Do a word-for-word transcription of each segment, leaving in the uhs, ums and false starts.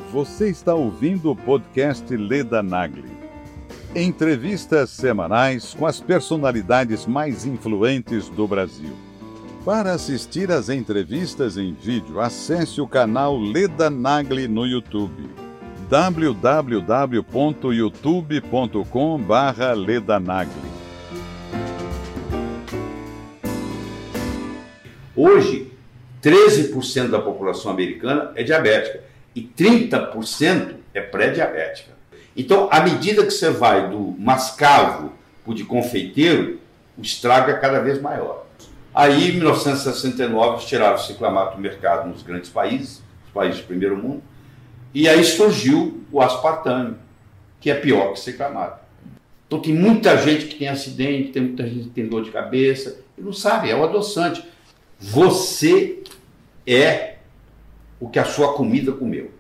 Você está ouvindo o podcast Leda Nagli. Entrevistas semanais com as personalidades mais influentes do Brasil. Para assistir às entrevistas em vídeo, acesse o canal Leda Nagli no YouTube. w w w ponto youtube ponto com barra Leda Nagli. Hoje, treze por cento da população americana é diabética e trinta por cento é pré-diabética. Então, à medida que você vai do mascavo para o de confeiteiro, o estrago é cada vez maior. Aí, em mil novecentos e sessenta e nove, tiraram o ciclamato do mercado nos grandes países, os países do primeiro mundo, e aí surgiu o aspartame, que é pior que o ciclamato. Então, tem muita gente que tem acidente, tem muita gente que tem dor de cabeça, e não sabe, é o adoçante. Você é o que a sua comida comeu.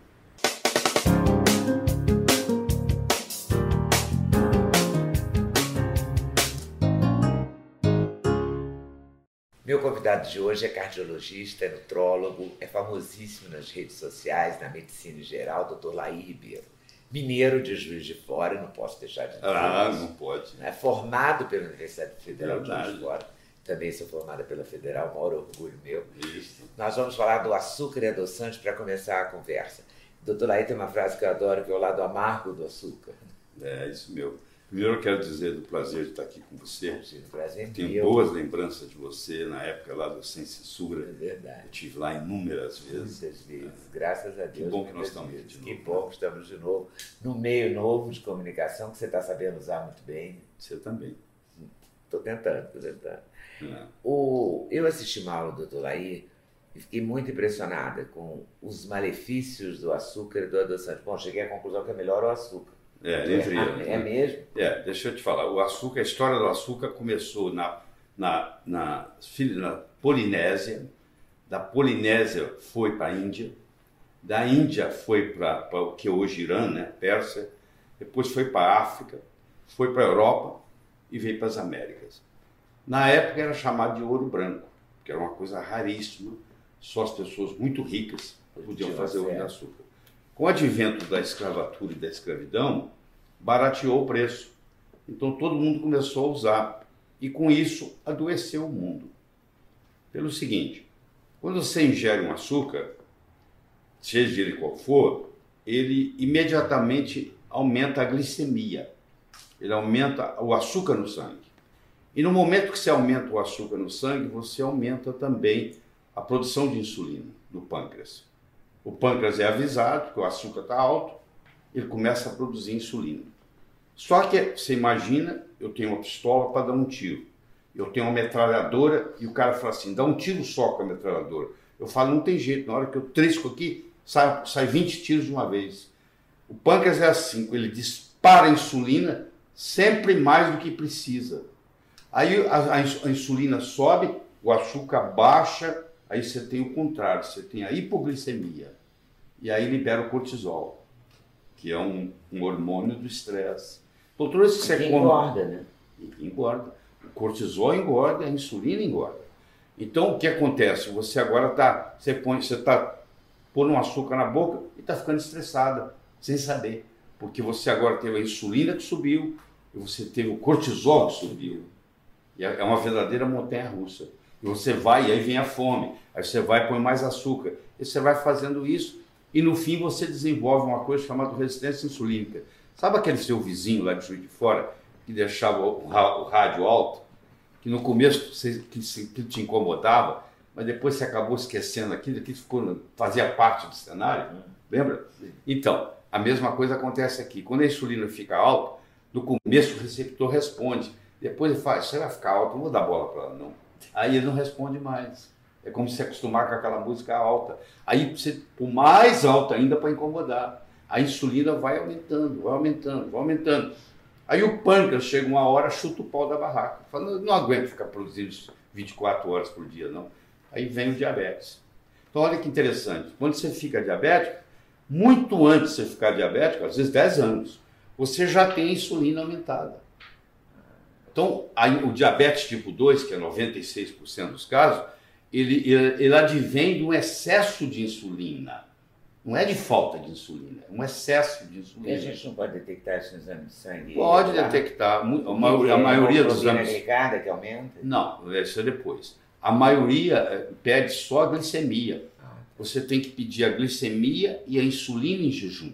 Meu convidado de hoje é cardiologista, é nutrólogo, é famosíssimo nas redes sociais, na medicina em geral, doutor Laí Ribeiro. Mineiro de Juiz de Fora, não posso deixar de dizer Ah, isso. não pode. É formado pela Universidade Federal Verdade. de Juiz de Fora. Também sou formada pela Federal, maior orgulho meu. Isso. Nós vamos falar do açúcar e adoçante para começar a conversa. Doutor Laí tem uma frase que eu adoro, que é o lado amargo do açúcar. É isso mesmo. Primeiro eu quero dizer do prazer de estar aqui com você. Imagina, prazer Tenho meu. boas lembranças de você na época lá do Sem Censura. É verdade. Eu estive lá inúmeras vezes. Muitas vezes, graças a Deus. bom que nós muitas estamos vezes. aqui de Que novo, bom né? que estamos de novo no meio novo de comunicação que você está sabendo usar muito bem. Você também. Estou tentando, estou tentando. É. O, eu assisti uma aula do doutor Laí e fiquei muito impressionada com os malefícios do açúcar e do adoçante. Bom, cheguei à conclusão que é melhor o açúcar. É, livre. É, é mesmo? É, deixa eu te falar. O açúcar, a história do açúcar começou na, na, na, na Polinésia. Da Polinésia foi para a Índia. Da Índia foi para o que é hoje Irã, né, Pérsia. Depois foi para a África. Foi para a Europa e veio para as Américas. Na época era chamado de ouro branco, que era uma coisa raríssima. Só as pessoas muito ricas podiam fazer ouro de açúcar. Com o advento da escravatura e da escravidão, barateou o preço. Então todo mundo começou a usar. E com isso adoeceu o mundo. Pelo seguinte, quando você ingere um açúcar, seja ele qual for, ele imediatamente aumenta a glicemia. Ele aumenta o açúcar no sangue. E no momento que você aumenta o açúcar no sangue, você aumenta também a produção de insulina do pâncreas. O pâncreas é avisado que o açúcar está alto, ele começa a produzir insulina. Só que você imagina, eu tenho uma pistola para dar um tiro. Eu tenho uma metralhadora e o cara fala assim, dá um tiro só com a metralhadora. Eu falo, não tem jeito, na hora que eu trisco aqui, sai, sai vinte tiros de uma vez. O pâncreas é assim, ele dispara a insulina sempre mais do que precisa. Aí a, a, a insulina sobe, o açúcar baixa, aí você tem o contrário, você tem a hipoglicemia. E aí libera o cortisol, que é um, um hormônio do estresse. Então, tudo isso que você come... engorda, né? Engorda. O cortisol engorda, a insulina engorda. Então, o que acontece? Você agora está... Você põe, você está pondo um açúcar na boca e está ficando estressada, sem saber. Porque você agora teve a insulina que subiu e você teve o cortisol que subiu. E é uma verdadeira montanha-russa. E você vai, e aí vem a fome. Aí você vai e põe mais açúcar. E você vai fazendo isso. E no fim você desenvolve uma coisa chamada resistência insulínica. Sabe aquele seu vizinho lá de Juiz de Fora, que deixava o rádio alto? Que no começo você, que, que te incomodava, mas depois você acabou esquecendo aquilo, que ficou, fazia parte do cenário. Lembra? Então, a mesma coisa acontece aqui. Quando a insulina fica alta, no começo o receptor responde. Depois ele fala, você vai ficar alto, não vou dar bola para ela, não. Aí ele não responde mais. É como se acostumar com aquela música alta. Aí você põe mais alta ainda para incomodar. A insulina vai aumentando, vai aumentando, vai aumentando. Aí o pâncreas chega uma hora, chuta o pau da barraca. Fala, não aguento ficar produzindo vinte e quatro horas por dia, não. Aí vem o diabetes. Então olha que interessante. Quando você fica diabético, muito antes de você ficar diabético, às vezes dez anos, você já tem a insulina aumentada. Então, aí, o diabetes tipo dois, que é noventa e seis por cento dos casos, ele, ele, ele advém de um excesso de insulina. Não é de falta de insulina, é um excesso de E insulina. a gente não pode detectar isso no exame de sangue? Pode tá? detectar, mu- a, E ma- tem a maioria dos hemoglobina exames... glicada que aumenta? Não, isso é depois. A maioria eh, pede só a glicemia. Ah, Você tem que pedir a glicemia e a insulina em jejum.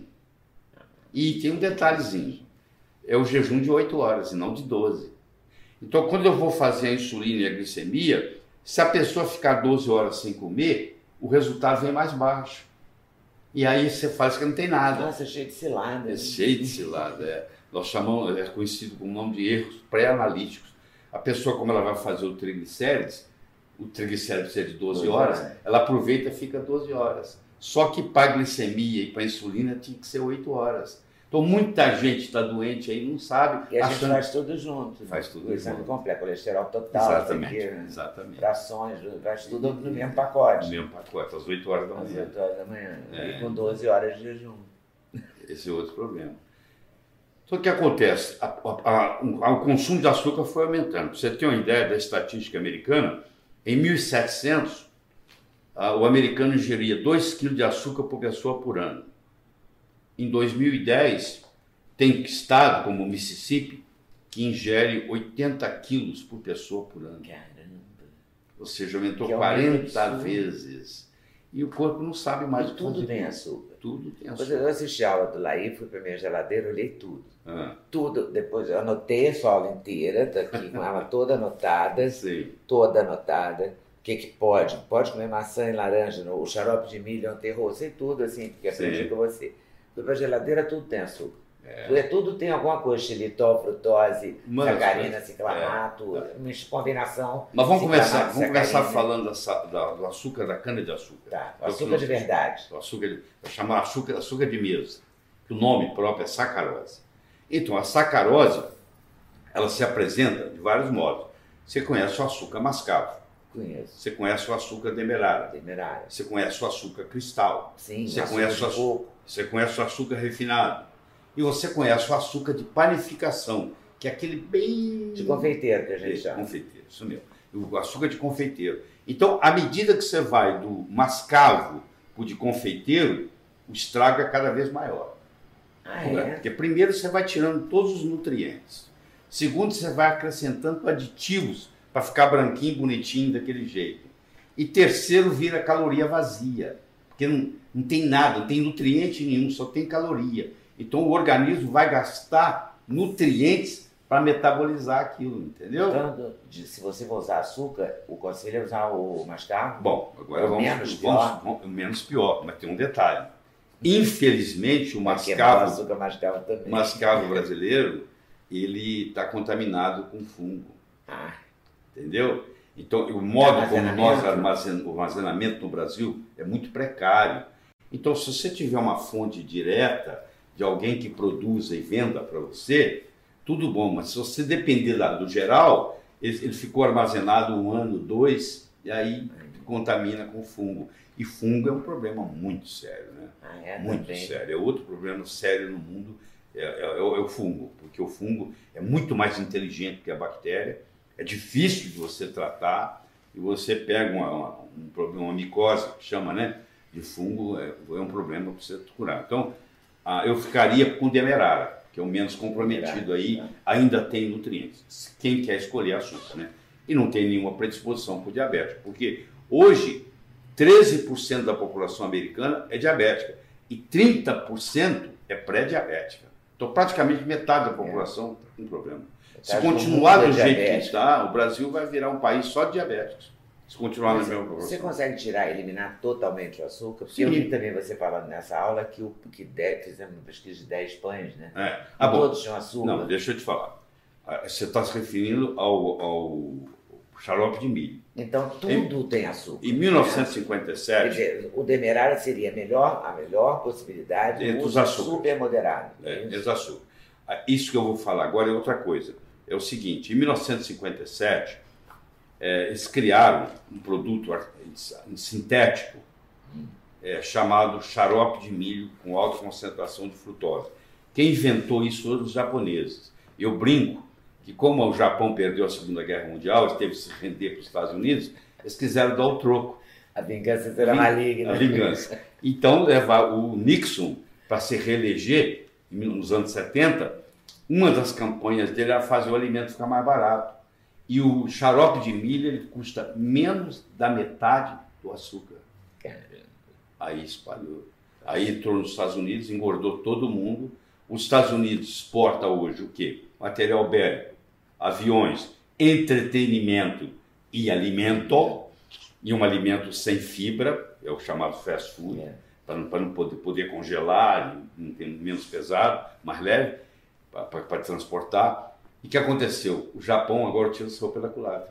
E tem um detalhezinho, é o jejum de oito horas e não de doze. Então, quando eu vou fazer a insulina e a glicemia, se a pessoa ficar doze horas sem comer, o resultado vem mais baixo. E aí você faz que não tem nada. Nossa, cheio de cilada. É cheio de cilada. É. Nós chamamos, é conhecido com o nome de erros pré-analíticos. A pessoa, como ela vai fazer o triglicérides, o triglicérides é de doze horas, ela aproveita e fica doze horas. Só que para a glicemia e para a insulina tinha que ser oito horas. Então muita gente está doente aí, não sabe. E a gente achando- faz tudo junto. Faz tudo O exame junto. completo, colesterol total, Exatamente, isso aqui, exatamente. frações, faz tudo no mesmo pacote. No mesmo pacote, às oito horas da Às manhã. oito horas da manhã. É. E com doze horas de jejum. Esse é outro problema. Então, o que acontece? A- a- a- o, o consumo de açúcar foi aumentando. Pra você ter uma ideia da estatística americana, em mil e setecentos, ah, o americano ingeria dois quilos de açúcar por pessoa por ano. Em dois mil e dez, tem estado, como o Mississippi, que ingere oitenta quilos por pessoa por ano. Caramba. Ou seja, aumentou Que aumento quarenta absurdo. vezes. E o corpo não sabe mais E o que tudo fazer tem com- açúcar. Tudo tem Depois açúcar. eu assisti a aula do Laí, fui para minha geladeira, olhei tudo. Ah, Tudo. Depois eu anotei a sua aula inteira, tá aqui com ela toda anotada, sei. toda anotada. O que que pode? Pode comer maçã e laranja, no- o xarope de milho é um terror, sei tudo assim, porque aprendi Sim. com você. Fui para a geladeira, tudo tem açúcar. É. Tudo tem alguma coisa, xilitol, frutose, Uma das sacarina, coisas. ciclamato, uma combinação. Mas vamos começar, ciclamato, vamos começar sacarina. falando dessa- da- do açúcar da cana-de-açúcar. Tá, É o que açúcar nós- de verdade. O açúcar, de- é chamado açúcar, açúcar de mesa, que o nome próprio é sacarose. Então, a sacarose, ela se apresenta de vários modos. Você conhece o açúcar mascavo, Conheço. você conhece o açúcar demerara, Demerara. você conhece o açúcar cristal, Sim, Você açúcar conhece de o açúcar? coco. você conhece o açúcar refinado e você conhece o açúcar de panificação, que é aquele bem... De confeiteiro que a gente de chama. confeiteiro, isso mesmo. O açúcar de confeiteiro. Então, à medida que você vai do mascavo para o de confeiteiro, o estrago é cada vez maior. Ah, Né? é? Porque primeiro você vai tirando todos os nutrientes. Segundo, você vai acrescentando aditivos para ficar branquinho, bonitinho daquele jeito. E terceiro, vira caloria vazia. Porque não, não tem nada, não tem nutriente nenhum, só tem caloria. Então o organismo vai gastar nutrientes para metabolizar aquilo, entendeu? Então, de- se você for usar açúcar, o conselho é usar o mascavo? Bom, agora É o vamos, menos vamos, pior. vamos- menos pior, mas tem um detalhe. Infelizmente, o Vai quebrar o mascavo, açúcar mascavo também. o mascavo brasileiro, ele está contaminado com fungo, Ah, entendeu? Então, o modo como nós Armazenamento. armazen- o armazenamento no Brasil é muito precário. Então, se você tiver uma fonte direta de alguém que produza e venda para você, tudo bom, mas se você depender da- do geral, ele, ele ficou armazenado um ano, dois, e aí contamina com fungo. E fungo é um problema muito sério, né? ah é? Muito também. sério. É outro problema sério no mundo, é, é- é o é o fungo, porque o fungo é muito mais inteligente que a bactéria, é difícil de você tratar, e você pega uma, uma- um problema, uma micose, que chama, né, de fungo, é, é um problema para você curar. Então, ah, eu ficaria com demerara, que é o menos comprometido aí, ainda tem nutrientes. Quem quer escolher açúcar, né? E não tem nenhuma predisposição para o diabetes, porque hoje treze por cento da população americana é diabética e trinta por cento é pré-diabética. Então, praticamente metade da população tem problema. Se Metade do continuar mundo é do jeito que diabético. está, o Brasil vai virar um país só de diabéticos. Se continuar na Mas mesma Você proporção. consegue tirar, eliminar totalmente o açúcar? Porque Sim. eu vi também você falando nessa aula que, o, que de, fizemos uma pesquisa de dez pães, né? É. Ah, bom. Todos tinham açúcar. Não, deixa eu te falar. Ah, Você está se referindo ao, ao xarope de milho. Então tudo tem açúcar. Em mil novecentos e cinquenta e Quer sete, dizer, o demerara seria a melhor, a melhor possibilidade Entre do os uso açúcares. super moderado. É, Isso. esse açúcar. Ah, Isso que eu vou falar agora é outra coisa. É o seguinte, em mil novecentos e cinquenta e sete, eh, eles criaram um produto ar- sintético eh, chamado xarope de milho com alta concentração de frutose. Quem inventou isso foram os japoneses. Eu brinco que como o Japão perdeu a Segunda Guerra Mundial, eles teve que se render para os Estados Unidos, eles quiseram dar o troco. A vingança será maligna. A vingança. Então, levar o Nixon para se reeleger, nos anos setenta, uma das campanhas dele era fazer o alimento ficar mais barato. E o xarope de milho ele custa menos da metade do açúcar. Caramba. Aí espalhou. Aí entrou nos Estados Unidos, engordou todo mundo. Os Estados Unidos exporta hoje o quê? Material bélico, aviões, entretenimento e alimento. E um alimento sem fibra, é o chamado fast food, é. para não, não poder, poder congelar, não ter menos pesado, mais leve, para transportar. E o que aconteceu? O Japão agora tirou o pela culatra.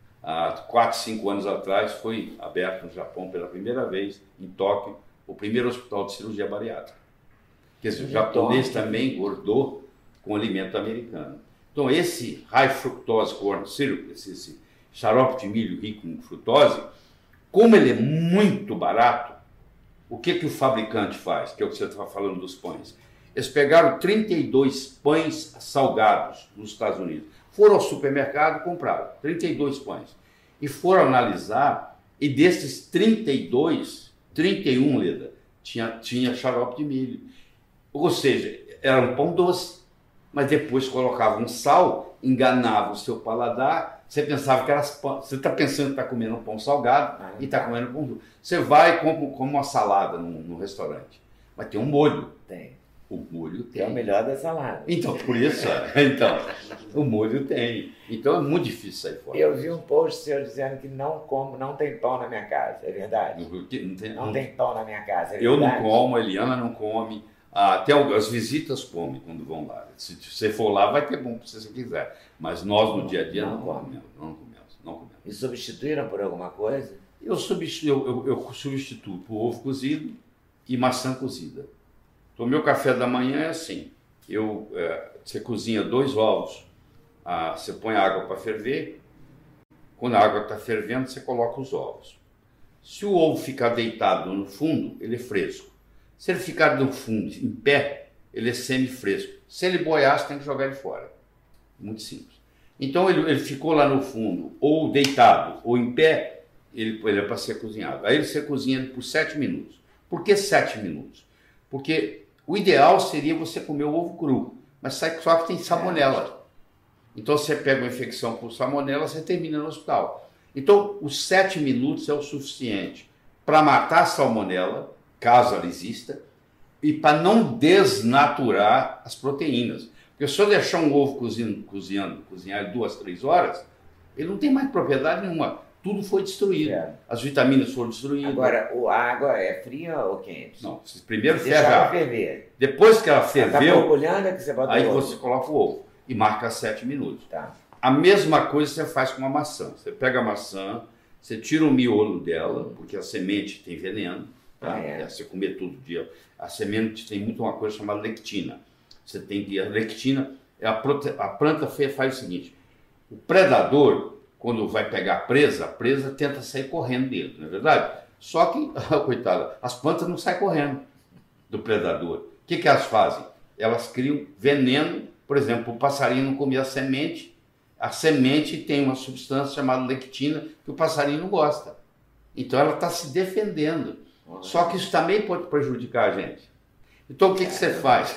Há quatro, cinco anos atrás foi aberto no Japão pela primeira vez, em Tóquio, o primeiro hospital de cirurgia bariátrica. Quer dizer, o japonês também engordou com alimento americano. Então esse high fructose corn syrup, esse, esse xarope de milho rico em frutose, como ele é muito barato, o que, que o fabricante faz? Que é o que você estava falando dos pães. Eles pegaram trinta e dois pães salgados nos Estados Unidos. Foram ao supermercado e compraram trinta e dois pães. E foram analisar, e desses trinta e dois, trinta e um, Leda, tinha, tinha xarope de milho. Ou seja, era um pão doce, mas depois colocavam sal, enganava o seu paladar, você pensava que era pão. Você está pensando que está comendo um pão salgado ah, e está comendo pão doce. Você vai e come, come uma salada no, no restaurante, mas tem um molho. Tem. O molho tem. É o melhor da salada. Então, por isso, então, o molho tem. Então é muito difícil sair fora. Eu vi um post seu dizendo que não como, não tem pão na minha casa, é verdade? Não tem, não, não tem pão na minha casa, é verdade? Eu não como, a Eliana não come, até as visitas comem quando vão lá. Se você for lá, vai ter bom se você quiser. Mas nós, no dia a dia, não, não comemos. Não comemos, não comemos. E substituíram por alguma coisa? Eu substituo, eu, eu, eu substituo por ovo cozido e maçã cozida. Então, o meu café da manhã é assim, eu, é, você cozinha dois ovos, ah, você põe a água para ferver, quando a água está fervendo, você coloca os ovos. Se o ovo ficar deitado no fundo, ele é fresco. Se ele ficar no fundo, em pé, ele é semi-fresco. Se ele boiar, você tem que jogar ele fora. Muito simples. Então, ele, ele ficou lá no fundo, ou deitado, ou em pé, ele, ele é para ser cozinhado. Aí você cozinha ele por sete minutos. Por que sete minutos? Porque o ideal seria você comer o ovo cru, mas sabe só que tem salmonela. Então você pega uma infecção por salmonela, você termina no hospital. Então os sete minutos é o suficiente para matar a salmonela, caso ela exista, e para não desnaturar as proteínas. Porque se eu deixar um ovo cozinhando, cozinhando, cozinhar duas, três horas, ele não tem mais propriedade nenhuma. Tudo foi destruído. É. As vitaminas foram destruídas. Agora, a água é fria ou quente? Não, primeiro ferve a água. Ferver. Depois que ela ferveu, ela tá borbulhando, é que você bota aí o ovo. você coloca o ovo e marca sete minutos. Tá. A mesma coisa você faz com a maçã. Você pega a maçã, você tira o miolo dela, porque a semente tem veneno. Tá? Ah, é. Você comer todo dia. A semente tem muito uma coisa chamada lectina. Você tem que... A lectina, é a, prote... a planta faz o seguinte, o predador... Quando vai pegar a presa, a presa tenta sair correndo dele, não é verdade? Só que, coitada, as plantas não saem correndo do predador. O que, que elas fazem? Elas criam veneno, por exemplo, o passarinho não comia a semente, a semente tem uma substância chamada lectina que o passarinho não gosta. Então ela está se defendendo. Só que isso também pode prejudicar a gente. Então o que, que você faz?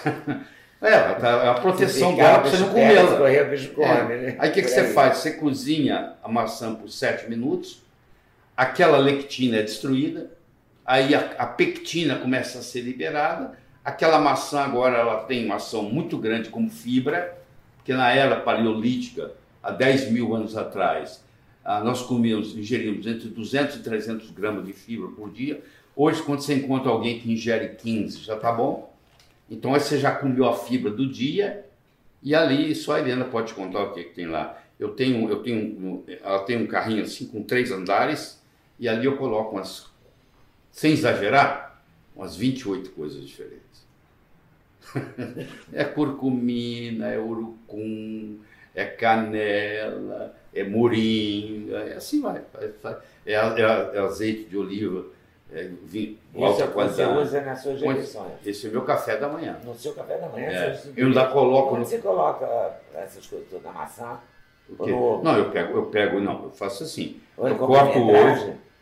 É, a proteção dela para você não comê-la. É. Aí o que, que você faz? Você cozinha a maçã por sete minutos, aquela lectina é destruída, aí a, a pectina começa a ser liberada, aquela maçã agora ela tem uma ação muito grande como fibra, porque na era paleolítica, há dez mil anos atrás, nós comíamos, ingeríamos entre duzentos e trezentos gramas de fibra por dia. Hoje, quando você encontra alguém que ingere quinze, já está bom. Então, aí você já comeu a fibra do dia e ali só a Helena pode te contar o que, que tem lá. Eu tenho, eu tenho, ela tem um carrinho assim com três andares e ali eu coloco umas, sem exagerar, umas vinte e oito coisas diferentes. É curcumina, é urucum, é canela, é moringa, é assim vai. É, é, é azeite de oliva. É, vinho, isso é você usa nas suas refeições. Esse é o meu café da manhã. No seu café da manhã? É. Você eu ainda coloco... Onde no... você coloca essas coisas todas na maçã? Não, eu pego, eu pego, não, eu faço assim. Ou eu corto o ovo,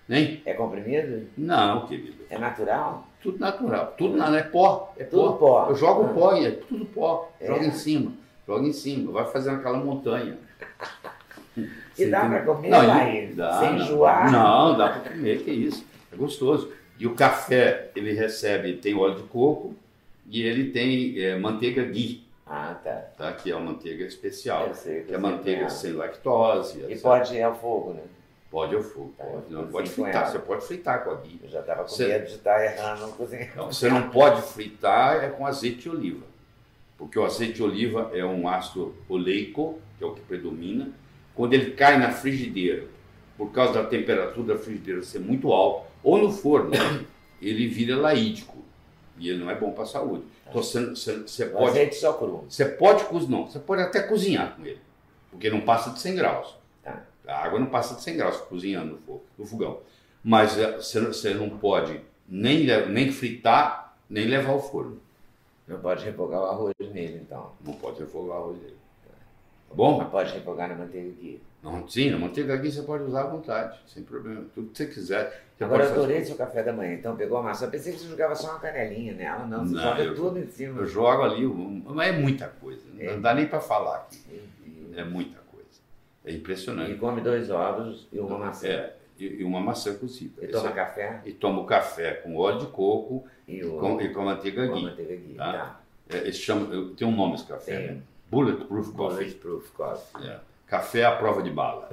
Hein? É comprimido? Não, querido. É natural? Tudo natural. Tudo não, é pó. É Tudo pó. pó. Eu jogo Ah. pó e é tudo pó. É. Joga em cima. Joga em cima. Vai fazendo aquela montanha. E Você dá tem- para comer, Não, Laís? dá, Sem não. enjoar? Não, dá para comer, que isso. É gostoso. E o café, ele recebe, tem óleo de coco e ele tem é, manteiga ghee, Ah, tá. tá? Que é uma manteiga especial. Eu sei que Que é você manteiga tem. sem lactose. E sabe? pode ir ao fogo, né? Pode ao fogo. Tá, Pode, eu não pode cozinho com fritar. ela. Você pode fritar com a ghee. Eu já estava com Você- medo de estar errando no cozinhar. Não, você não pode fritar é com azeite de oliva. Porque o azeite de oliva é um ácido oleico, que é o que predomina. Quando ele cai na frigideira, por causa da temperatura da frigideira ser muito alta, ou no forno, ele vira laídico. E ele não é bom para a saúde. Então você, você, você O pode. azeite só cru. Você pode cozinhar, não, você pode até cozinhar com ele, porque não passa de cem graus. Tá. A água não passa de cem graus cozinhando no, fogo, no fogão. Mas eh, você, você não pode nem, le- nem fritar, nem levar ao forno. Não pode refogar o arroz nele, então. Não pode refogar o arroz dele. Tá bom? Mas pode refogar na manteiga aqui. Não, sim, na manteiga aqui você pode usar à vontade, sem problema. Tudo que você quiser. Você Agora eu pode fazer. adorei seu café da manhã, então pegou a massa. Eu pensei que você jogava só uma canelinha nela, não. Você Não, joga eu- tudo em cima. Eu jogo ali, um- mas é muita coisa. É. Não dá nem para falar aqui. Meu Deus. É muita coisa. É E impressionante. come dois ovos e uma maçã. É, e, e uma maçã cozida. E toma Esse- café e toma o café com óleo de coco e e o com, e com manteiga com a ghee. manteiga ghee. Tá? Tá. É, esse chama, eu- tem um nome esse café, Tem. né? Bulletproof Coffee. Bulletproof coffee. É. Café à prova de bala.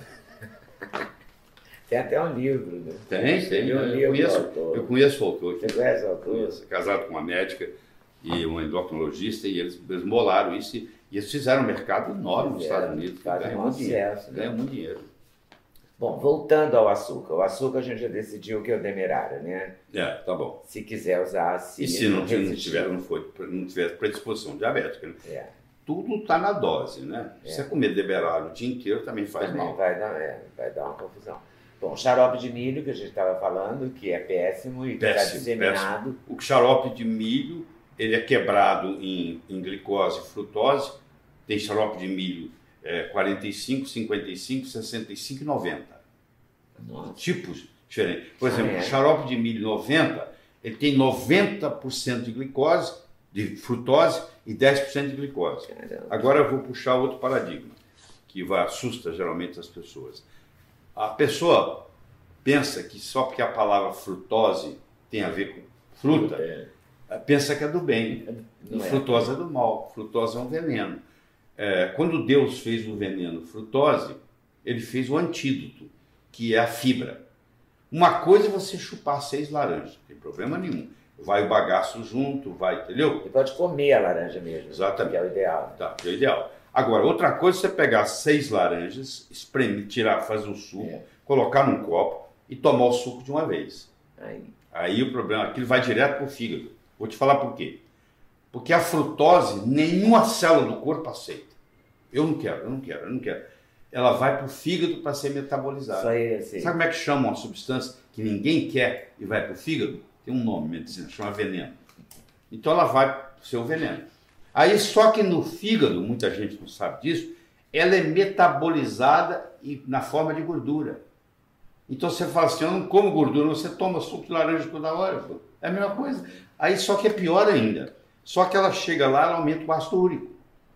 Tem até um livro, né? Tem, Você tem. viu um Eu livro do conheço, autor? eu conheço o autor. Você conhece o autor? Conheço. Casado com uma médica e uma endocrinologista, e eles, eles molaram isso e, e eles fizeram um mercado enorme nos Fizeram, Estados Unidos. fazem Ganham um muito dinheiro. sucesso, né? Ganham muito dinheiro. Bom, voltando ao açúcar. O açúcar a gente já decidiu que é o demerário, né? É, tá bom. Se quiser usar, se, E se não, resistir. não, tiver, não, for, não tiver predisposição diabética, né? É, Tudo está na dose, né? É. Se você comer demerara o dia inteiro também faz também mal. vai dar, é, vai dar uma confusão. Bom, xarope de milho, que a gente estava falando, que é péssimo e que está Péssimo, disseminado. O xarope de milho, ele é quebrado em, em glicose e frutose. Tem xarope de milho é, quarenta e cinco, cinquenta e cinco, sessenta e cinco e noventa. Nossa, Tipos diferentes. Por exemplo, É. o xarope de milho noventa, ele tem noventa por cento de glicose, de frutose e dez por cento de glicose. caramba. Agora eu vou puxar outro paradigma, que vai assusta geralmente as pessoas. A pessoa pensa que só porque a palavra frutose tem a ver com fruta, É, pensa que é do bem. E não é. frutose é do mal. Frutose é um veneno. É, quando Deus fez o veneno frutose, ele fez o antídoto, que é a fibra. Uma coisa é você chupar seis laranjas, não tem problema nenhum. Vai o bagaço junto, vai, entendeu? E pode comer a laranja mesmo, Exatamente. que é o ideal. Tá, é ideal. Agora, outra coisa é você pegar seis laranjas, espremer, tirar, fazer um suco, É. colocar num copo e tomar o suco de uma vez. Aí, Aí o problema, aquilo vai direto para o fígado. Vou te falar por quê. Porque a frutose, nenhuma célula do corpo aceita. Eu não quero, eu não quero, eu não quero. Ela vai para o fígado para ser metabolizada. isso aí, assim. Sabe como é que chama uma substância que ninguém quer e vai para o fígado? Tem um nome, medicina, chama veneno. Então ela vai para o seu veneno. Aí só que no fígado, muita gente não sabe disso, ela é metabolizada e, na forma de gordura. Então você fala assim, eu não como gordura, você toma suco de laranja toda hora. Pô. É a mesma coisa. Aí só que é pior ainda. Só que ela chega lá, ela aumenta o ácido úrico.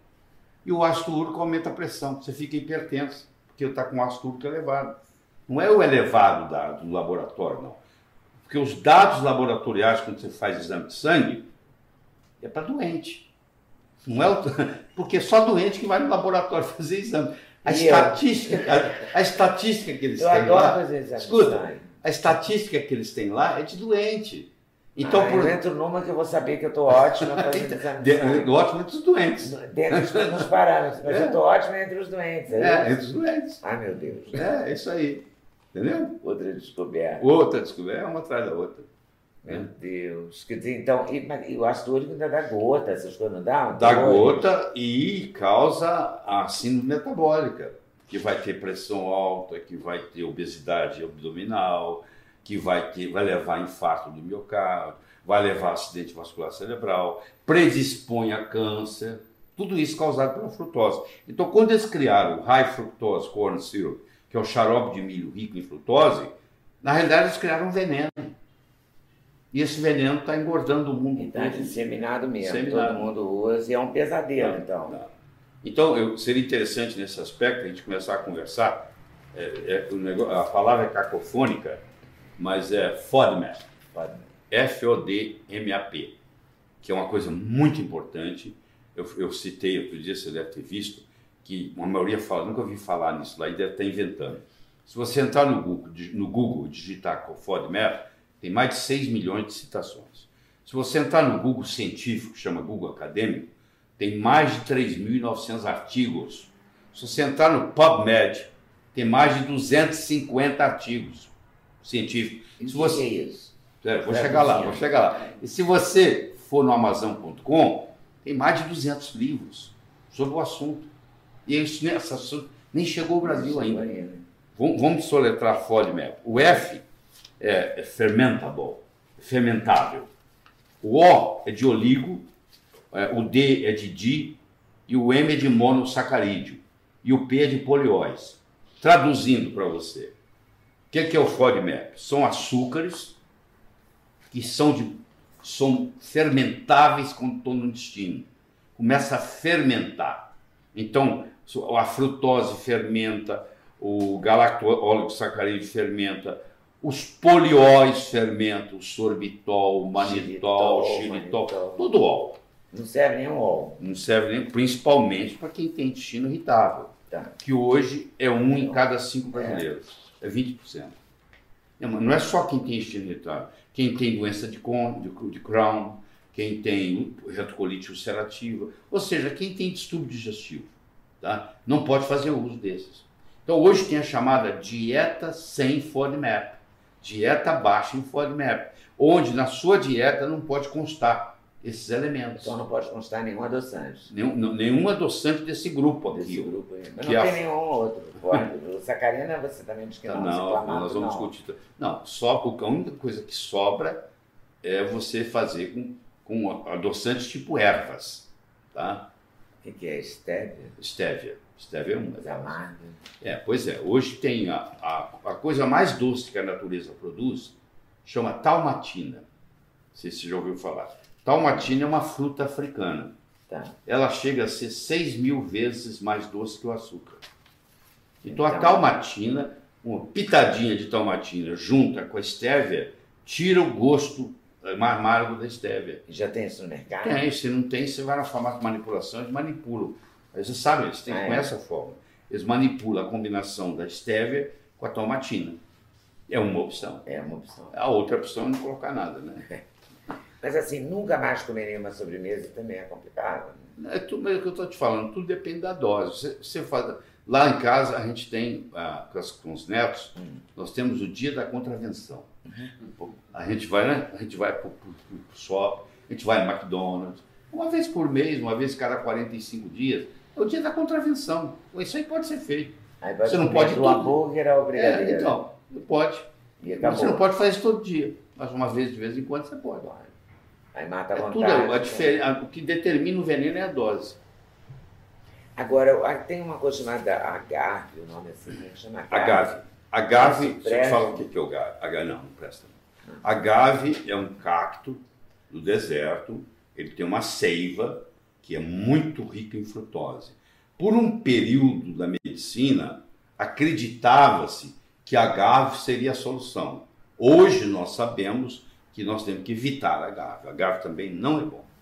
E o ácido úrico aumenta a pressão. Você fica hipertenso, porque está com o ácido úrico elevado. Não é o elevado da, do laboratório, não. Porque os dados laboratoriais, quando você faz exame de sangue, é para doente. Não é o... Porque é só doente que vai no laboratório fazer exame. A E estatística, a, a estatística que eles Eu têm adoro lá, fazer exame de escuta, sangue. a estatística que eles têm lá é de doente. Então, ah, por eu entro numa que eu vou saber que eu estou ótima fazendo exame de sangue. de, ótimo dos doentes. Dentro dos, dos parâmetros, mas É. eu estou ótima entre os doentes. É, É, isso? entre os doentes. Ai, meu Deus. É, é isso aí. Entendeu? Outra descoberta. Outra descoberta, é uma atrás da outra. Meu Deus. Quer dizer, então, e, mas, e o ácido úrico ainda dá gota, essas coisas não dão? Dá Dor? gota e causa a síndrome metabólica, que vai ter pressão alta, que vai ter obesidade abdominal, que vai, ter, vai levar a infarto do miocárdio, vai levar a acidente vascular cerebral, predispõe a câncer, tudo isso causado pela frutose. Então, quando eles criaram o High Fructose Corn Syrup, que é o xarope de milho rico em frutose, Na realidade, eles criaram um veneno. E esse veneno está engordando o mundo Está todo. disseminado mesmo, Disseminado. todo mundo usa e é um pesadelo, então. Não. Então, eu, seria interessante nesse aspecto a gente começar a conversar. É, é, o negócio, a palavra é cacofônica, mas é FODMAP. F O D M A P, que é uma coisa muito importante. Eu, eu citei outro dia, você deve ter visto, que uma maioria fala, nunca ouvi falar nisso lá e deve estar inventando. Se você entrar no Google, no Google digitar FODMAP, tem mais de seis milhões de citações. Se você entrar no Google científico, chama Google Acadêmico, tem mais de três mil e novecentos artigos. Se você entrar no PubMed, tem mais de duzentos e cinquenta artigos científicos. E se o você... que é isso? É, vou chegar lá, vou chegar lá. E se você for no Amazon ponto com, tem mais de duzentos livros sobre o assunto. E esse assunto nem chegou ao Brasil ainda. Vamos, vamos soletrar FODMAP. O F é, é fermentable, fermentável. O O é de oligo, é, o D é de di e o M é de monossacarídeo. E o P é de polióis. Traduzindo para você, o que é, que é o FODMAP? São açúcares que são, de, são fermentáveis quando estão no intestino. Começa a fermentar. Então, a frutose fermenta, o galacto-oligosacarídeo fermenta, os polióis fermentam, o sorbitol, o manitol, o xilitol, tudo óleo. Não serve nem o óleo. Não serve nem, principalmente para quem tem intestino irritável, tá. que hoje é um em cada cinco brasileiros, é, é vinte por cento. Não é só quem tem intestino irritável, quem tem doença de Crohn, quem tem retocolite ulcerativa, ou seja, quem tem distúrbio digestivo, tá? Não pode fazer uso desses. Então hoje tem a chamada dieta sem FODMAP, dieta baixa em FODMAP, onde na sua dieta não pode constar esses elementos. Então não pode constar nenhum adoçante. Nenhum, nenhum adoçante desse grupo aqui. Desse grupo aí. Mas que não a... tem nenhum outro. O sacarina você também diz que não. Não, não nós vamos não. discutir. Não, só porque a única coisa que sobra é você fazer com, com adoçantes tipo ervas, tá? O que, que é stevia? Stevia. Stevia é uma. Coisa amarga. É, pois é. Hoje tem a, a, a coisa mais doce que a natureza produz, chama talmatina. Não sei se você já ouviu falar. Talmatina é uma fruta africana. Tá. Ela chega a ser seis mil vezes mais doce que o açúcar. Então, então a talmatina, uma pitadinha de talmatina junta com a stevia, tira o gosto mais amargo da stevia. Já tem isso no mercado? Tem, se não tem, você vai na farmácia de manipulação, eles manipulam. Aí você sabe, eles têm ah, com é? essa forma. Eles manipulam a combinação da stevia com a talmatina. É uma opção. É uma opção. A outra opção é não colocar nada, né? Mas assim, nunca mais comer nenhuma sobremesa também é complicado. É tudo, é o que eu estou te falando, tudo depende da dose. Você, você faz, lá em casa a gente tem, ah, com, as, com os netos, hum. nós temos o dia da contravenção. Uhum. A gente vai, né? A gente vai para o shopping, a gente vai no McDonald's, uma vez por mês, uma vez cada quarenta e cinco dias, é o dia da contravenção. Isso aí pode ser feito. Aí pode você não pode do hambúrguer ao brigadeiro. É, então, pode. E você não pode fazer isso todo dia, mas uma vez de vez em quando você pode. Aí mata a é vontade. Tudo, a difer... a, o que determina o veneno é a dose. Agora, tem uma coisa chamada agave, o nome assim, que chama agave. Agave. Agave, você fala o que é o agave? Agave não, não presta. Não. Agave é um cacto do deserto, ele tem uma seiva que é muito rica em frutose. Por um período da medicina, acreditava-se que agave seria a solução. Hoje nós sabemos que nós temos que evitar a agave. A agave também não é bom.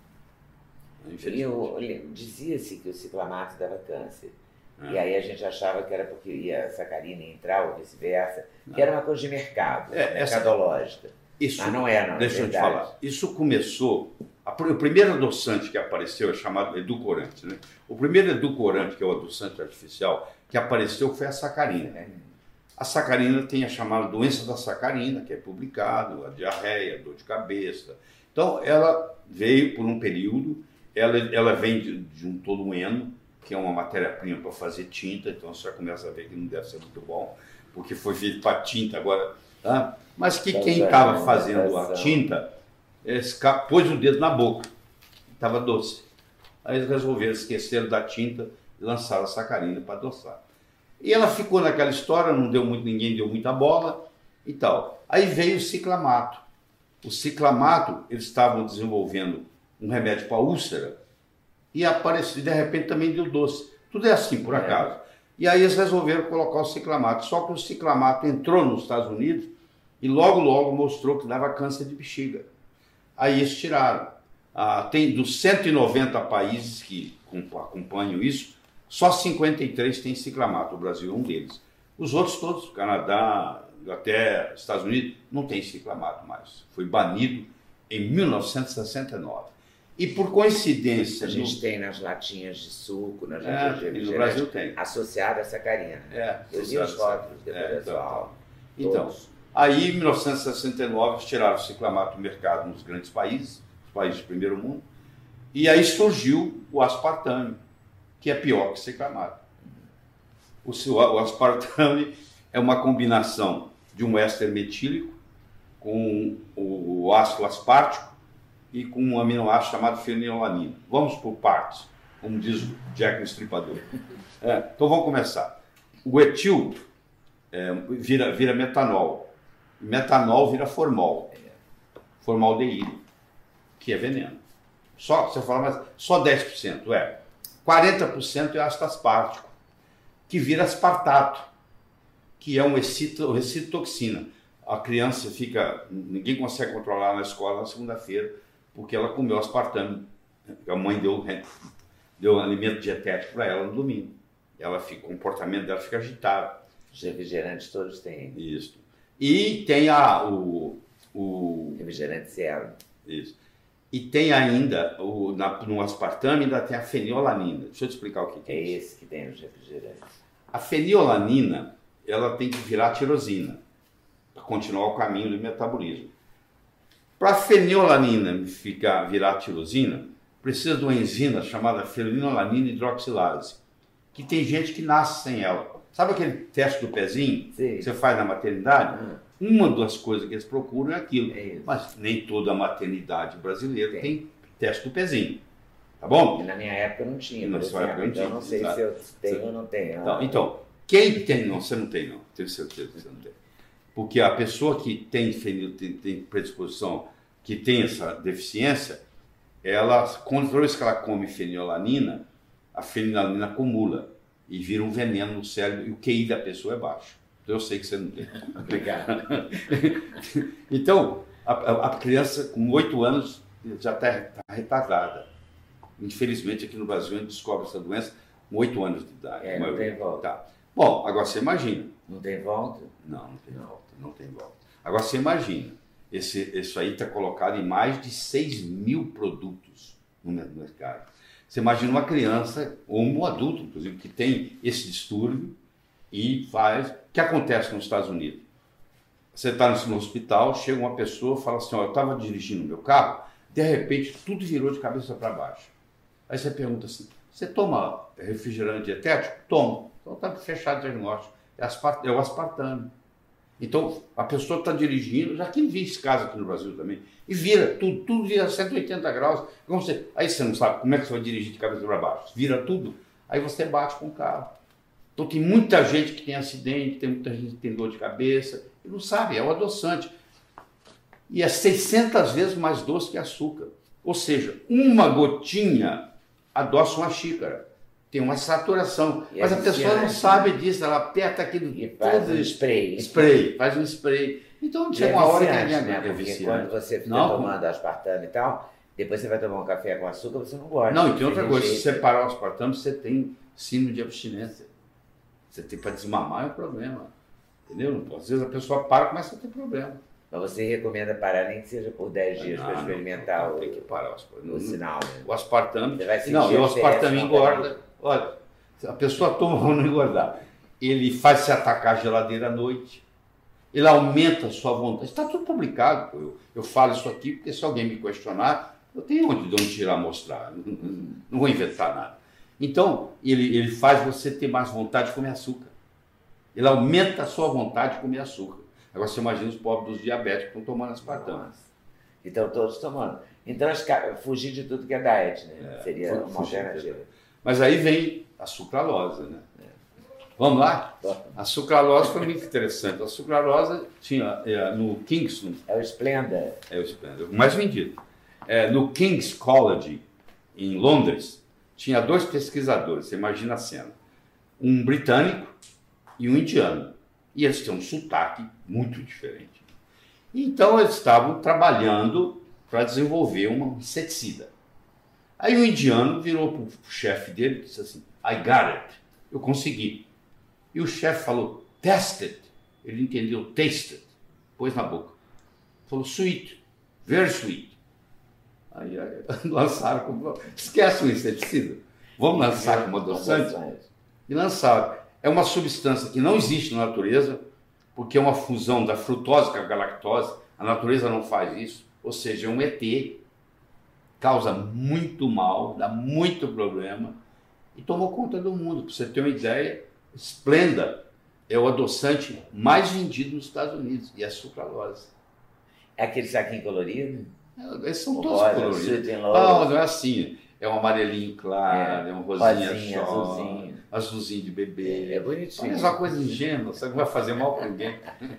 Dizia-se que o ciclamato dava câncer. É. E aí a gente achava que era porque ia a sacarina entrar ou vice-versa, que era uma coisa de mercado, é, mercadológica. Essa, isso, Mas não é, não. Deixa é eu te falar. Isso começou... A, o primeiro adoçante que apareceu é chamado edulcorante. Né? O primeiro edulcorante, que é o adoçante artificial, que apareceu foi a sacarina. É. A sacarina tem a chamada doença da sacarina, que é publicado, a diarreia, a dor de cabeça. Então, ela veio por um período, ela, ela vem de, de um tolueno, que é uma matéria-prima para fazer tinta, então você já começa a ver que não deve ser muito bom, porque foi feito para tinta agora. Tá? Mas que quem estava fazendo a tinta, pôs o dedo na boca, estava doce. Aí eles resolveram, esqueceram da tinta e lançaram a sacarina para adoçar. E ela ficou naquela história, não deu muito, ninguém deu muita bola, e tal. Aí veio o ciclamato. O ciclamato, eles estavam desenvolvendo um remédio para úlcera e apareceu, de repente também deu doce. Tudo é assim, por acaso. É. E aí eles resolveram colocar o ciclamato. Só que o ciclamato entrou nos Estados Unidos e logo, logo mostrou que dava câncer de bexiga. Aí eles tiraram. Ah, tem dos cento e noventa países que acompanham isso, só cinquenta e três tem ciclamato. O Brasil é um deles. Os outros todos, Canadá, Inglaterra, Estados Unidos, não tem ciclamato mais. Foi banido em mil novecentos e sessenta e nove. E por coincidência... A gente no... tem nas latinhas de suco, nas é, latinhas de no Brasil tem. Associada a sacarina. É, eu li os rótulos depois é, da sua aula. Então, aí em mil novecentos e sessenta e nove tiraram o ciclamato do mercado nos grandes países, os países do primeiro mundo, e aí surgiu o aspartame, que é pior que o ciclamato. O, o aspartame é uma combinação de um éster metílico com o, o ácido aspartico e com um aminoácido chamado fenilalanina. Vamos por partes, como diz o Jack no Estripador. É, então vamos começar. O etil é, vira, vira metanol. Metanol vira formol. Formaldeído, que é veneno. Só, você fala, mas só dez por cento é. quarenta por cento é ácido aspartico, que vira aspartato, que é um excito, excitotoxina. A criança fica, ninguém consegue controlar na escola na segunda-feira, porque ela comeu aspartame. A mãe deu, deu um alimento dietético para ela no domingo. Ela fica, o comportamento dela fica agitado. Os refrigerantes todos têm. Isso. E tem a, o... o refrigerante zero. Isso. E tem ainda, o, na, no aspartame, ainda tem a fenilalanina. Deixa eu te explicar o que, que é. É isso. esse que tem nos refrigerantes. A fenilalanina, ela tem que virar tirosina, para continuar o caminho do metabolismo. Para a fenilalanina ficar, virar tirosina, precisa de uma enzima chamada fenilalanina hidroxilase, que tem gente que nasce sem ela. Sabe aquele teste do pezinho Sim. que você faz na maternidade? Hum. Uma das coisas que eles procuram é aquilo. É Mas nem toda maternidade brasileira tem, tem teste do pezinho. Tá bom? E na minha época não tinha. Na sua época não tinha. Eu não sei Exato. se eu tenho ou não tenho. Então, então, quem tem, não, você não tem não, tenho certeza que você não tem. Porque a pessoa que tem, tem, tem predisposição, que tem essa deficiência, ela, quando toda vez que ela come fenilalanina, a fenilalanina acumula e vira um veneno no cérebro e o Q I da pessoa é baixo. Então eu sei que você não tem. Obrigado. Então, a, a, a criança com oito anos já está tá retardada. Infelizmente, aqui no Brasil, a gente descobre essa doença com oito anos de idade. É, não tem volta. Tá. Bom, agora você imagina. Não tem volta? Não, não tem volta, não tem volta. Agora você imagina, esse, isso aí está colocado em mais de seis mil produtos no mercado. Você imagina uma criança, ou um adulto, inclusive, que tem esse distúrbio e faz... O que acontece nos Estados Unidos? Você está no hospital, chega uma pessoa e fala assim, ó, eu estava dirigindo o meu carro, de repente tudo virou de cabeça para baixo. Aí você pergunta assim, você toma refrigerante dietético? Tomo. Então está fechado o diagnóstico. É, aspart... é o aspartame. Então a pessoa está dirigindo, já que vi esse caso aqui no Brasil também, e vira tudo, tudo vira cento e oitenta graus. Como você... Aí você não sabe como é que você vai dirigir de cabeça para baixo. Vira tudo, aí você bate com o carro. Então tem muita gente que tem acidente, tem muita gente que tem dor de cabeça, e não sabe, é o adoçante. E é seiscentas vezes mais doce que açúcar. Ou seja, uma gotinha adoça uma xícara. Tem uma saturação. E mas é a pessoa não viciante, sabe disso, ela aperta aquilo e faz tudo. um spray. Spray, faz um spray. Então E chega é uma hora que viciante, é, né? é Porque viciante. quando você fica Não, tomando aspartame e tal, depois você vai tomar um café com açúcar, você não gosta. Não, e tem outra Você coisa, se rejeita. você parar o aspartame, você tem síndrome de abstinência. Você tem para desmamar é um problema. Entendeu? Às vezes a pessoa para e começa a ter problema. Mas você recomenda parar nem que seja por dez dias para Não, experimentar não, o, tem que parar o aspartame. o sinal. Né? O aspartame. Você vai sentir Não, e o a aspartame diferença, engorda. Olha, a pessoa toma para não engordar. Ele faz se atacar a geladeira à noite. Ele aumenta a sua vontade. Está tudo publicado. Eu, eu falo isso aqui porque se alguém me questionar, eu tenho onde, de onde tirar, mostrar. Não, não, não vou inventar nada. Então, ele, ele faz você ter mais vontade de comer açúcar. Ele aumenta a sua vontade de comer açúcar. Agora você imagina os pobres dos diabéticos que estão tomando aspartame. Então todos tomando. Então acho que fugir de tudo que é diet, né? É, Seria uma fugir, alternativa. Mas aí vem a sucralose, né? É. Vamos lá? A sucralose foi muito interessante. A sucralose tinha é, no Kingston... É o Splenda. É o Splenda, o mais vendido. É, no King's College, em Londres, tinha dois pesquisadores, você imagina a cena. Um britânico e um indiano. E eles têm um sotaque muito diferente. Então eles estavam trabalhando para desenvolver um inseticida. Aí o indiano virou para o chefe dele e disse assim, I got it, eu consegui. E o chefe falou, test it. Ele entendeu, taste it, pôs na boca. Falou, sweet, very sweet. Aí, aí lançaram, como, esquece o inseticida, vamos lançar como adoçante. E lançaram. É uma substância que não existe na natureza, porque é uma fusão da frutose com a galactose, a natureza não faz isso, ou seja, é um E T, causa muito mal, dá muito problema, e tomou conta do mundo. Para você ter uma ideia, Splenda é o adoçante mais vendido nos Estados Unidos, e é sucralose. É aquele saquinho colorido? É, eles são o todos rosa, coloridos. Não, não é assim, é um amarelinho claro, é, é um rosinha, rosinha, azulzinho. azulzinho de bebê. É, é bonitinho. É uma coisa ingênua, você não vai fazer mal para ninguém.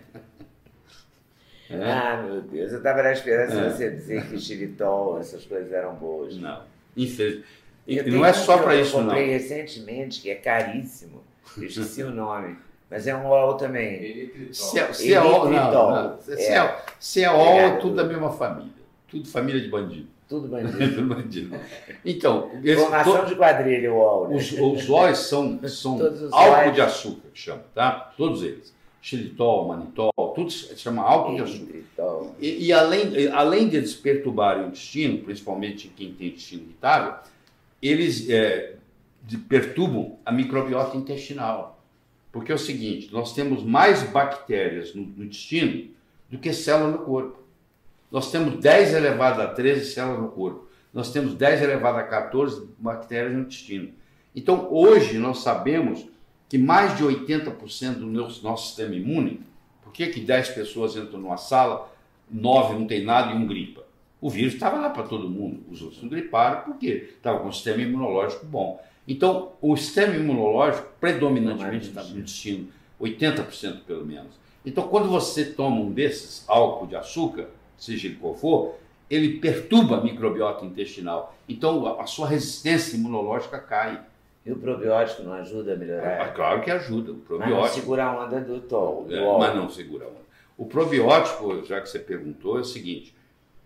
É. Ah, meu Deus, eu estava na esperança É. de você dizer que xilitol, essas coisas eram boas. Não, infelizmente. Eu Não é um só que para eu isso, não. Eu comprei recentemente, que é caríssimo, eu esqueci o nome, mas é um ol também. Se é, se é ol, não, não. Se é, é, se é ol, é tudo da mesma família. Tudo família de bandido. Tudo bandido. Tudo bandido. Então, formação to... de quadrilha, o ol. Né? Os, os óis são, são álcool de açúcar, que chama, tá? Todos eles. Xilitol, manitol, tudo se chama álcool de açúcar. E, e além, além de eles perturbarem o intestino, principalmente quem tem intestino irritável, eles é, perturbam a microbiota intestinal. Porque é o seguinte, nós temos mais bactérias no, no intestino do que células no corpo. Nós temos dez elevado a treze células no corpo. Nós temos dez elevado a quatorze bactérias no intestino. Então, hoje, nós sabemos que mais de oitenta por cento do nosso, nosso sistema imune, por que que dez pessoas entram numa sala, nove não tem nada e um gripa? O vírus estava lá para todo mundo, os outros não griparam porque estava com o sistema imunológico bom. Então, o sistema imunológico predominantemente está no intestino, oitenta por cento pelo menos. Então, quando você toma um desses, álcool de açúcar, seja ele qual for, ele perturba a microbiota intestinal. Então, a, a sua resistência imunológica cai. E o probiótico não ajuda a melhorar? É, claro que ajuda. O probiótico, mas não segura a onda do tol. Do é, mas não segura a onda. O probiótico, já que você perguntou, é o seguinte.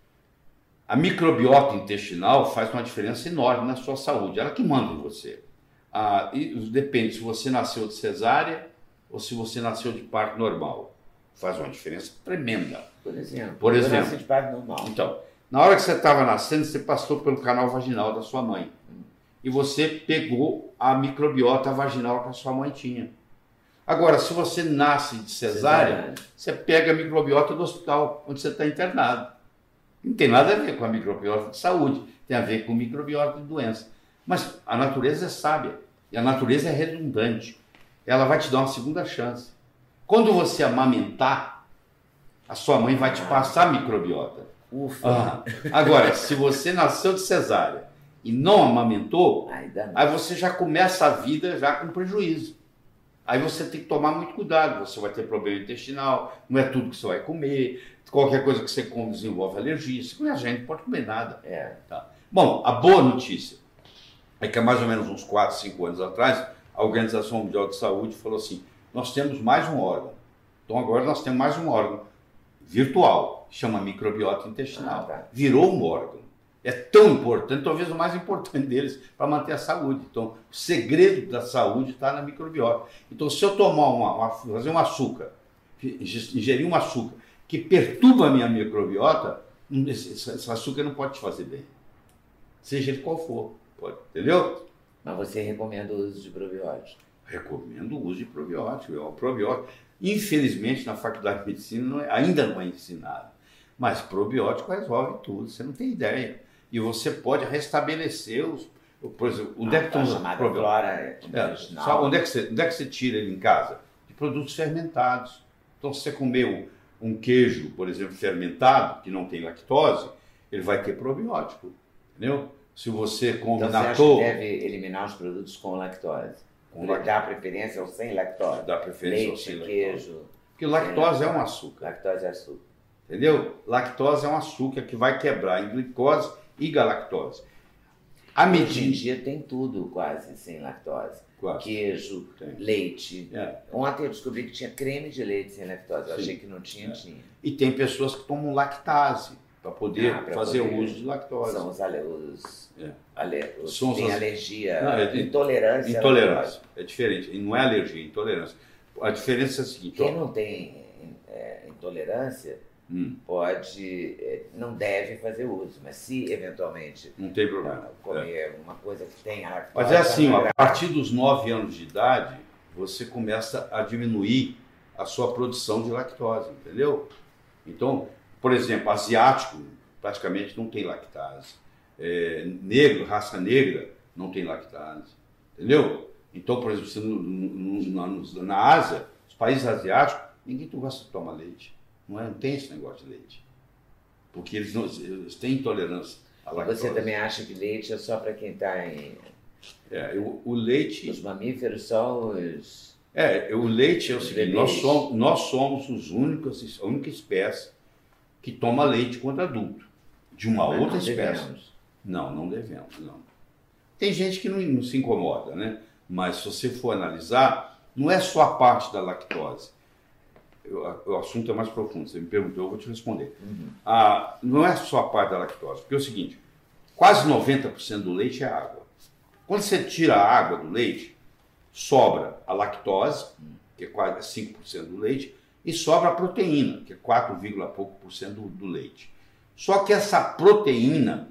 A microbiota intestinal faz uma diferença enorme na sua saúde. Ela que manda em você. Ah, e depende se você nasceu de cesárea ou se você nasceu de parto normal. Faz uma diferença tremenda. Por exemplo, Por exemplo, eu nasci de parto normal. Então, na hora que você estava nascendo, você passou pelo canal vaginal da sua mãe. E você pegou a microbiota vaginal que a sua mãe tinha. Agora, se você nasce de cesárea, cesárea. Você pega a microbiota do hospital, onde você está internado. Não tem nada a ver com a microbiota de saúde, tem a ver com microbiota de doença. Mas a natureza é sábia, e a natureza é redundante. Ela vai te dar uma segunda chance. Quando você amamentar, a sua mãe vai te passar a microbiota. Ufa! Ah, agora, se você nasceu de cesárea e não amamentou, Ai, aí você já começa a vida já com prejuízo. Aí você tem que tomar muito cuidado, você vai ter problema intestinal, não é tudo que você vai comer, qualquer coisa que você come desenvolve alergia, você conhece gente, não pode comer nada. É. Tá. Bom, a boa notícia é que há mais ou menos uns quatro, cinco anos atrás, a Organização Mundial de Saúde falou assim, nós temos mais um órgão, então agora nós temos mais um órgão virtual, chama microbiota intestinal, ah, tá. Virou um órgão. É tão importante, talvez o mais importante deles, para manter a saúde. Então, o segredo da saúde está na microbiota. Então, se eu tomar uma, uma, fazer um açúcar, ingerir um açúcar que perturba a minha microbiota, esse, esse açúcar não pode te fazer bem. Seja ele qual for. Pode, entendeu? Mas você recomenda o uso de probiótico? Recomendo o uso de probiótico. É o probiótico. Infelizmente, na faculdade de medicina não é, ainda não é ensinado. Mas probiótico resolve tudo, você não tem ideia. E você pode restabelecer os. Por exemplo, onde é que estão os probióticos? É, só onde, é que você, onde é que você tira ele em casa? De produtos fermentados. Então, se você comer um queijo, por exemplo, fermentado, que não tem lactose, ele vai ter probiótico. Entendeu? Se você come então, natô. Você acha que deve eliminar os produtos com lactose? Ele dá preferência ao sem lactose? Dá preferência ao leite, sem lactose. queijo. Porque lactose é um açúcar. Lactose é açúcar. Entendeu? Lactose é um açúcar que vai quebrar em glicose e galactose. A Hoje em medida... dia tem tudo quase sem lactose. Quase. Queijo, Tem. leite. É. Ontem eu descobri que tinha creme de leite sem lactose. Eu Sim. achei que não tinha, É. tinha. E tem pessoas que tomam lactase para poder Ah, pra fazer poder- uso de lactose. São os, ale... os... É. Ale... os... São tem os- alergia, Não, é de- intolerância. à Intolerância. lactose. É diferente. E não é alergia, é intolerância. A diferença é a seguinte. Quem Ó, não tem é, intolerância hum, pode, é, não deve fazer uso, mas se eventualmente não tem problema. É. comer uma coisa que tem a lactose... Mas é assim, ó, não a partir dos nove anos de idade, você começa a diminuir a sua produção de lactose, entendeu? Então, por exemplo, asiático praticamente não tem lactase. É, negro, raça negra, não tem lactase, entendeu? Então, por exemplo, você, no, no, na, na Ásia, os países asiáticos, ninguém gosta de tomar leite. Não, é, não tem esse negócio de leite. Porque eles, não, eles têm intolerância à lactose. Você também acha que leite é só para quem está em... É, o, o leite... Os mamíferos só os... É, o leite é o Os seguinte, nós bebês. somos, nós somos os únicos, a única espécie que toma leite quando adulto. De uma Mas outra não espécie. devemos. Não, não devemos, não. Tem gente que não, não se incomoda, né? Mas se você for analisar, não é só a parte da lactose. Eu- o assunto é mais profundo. Você me perguntou, eu vou te responder. Uhum. Ah, não é só a parte da lactose, porque é o seguinte, quase noventa por cento do leite é água. Quando você tira a água do leite, sobra a lactose, que é quase cinco por cento do leite, e sobra a proteína, que é quatro, vírgula pouco por cento do, do leite. Só que essa proteína,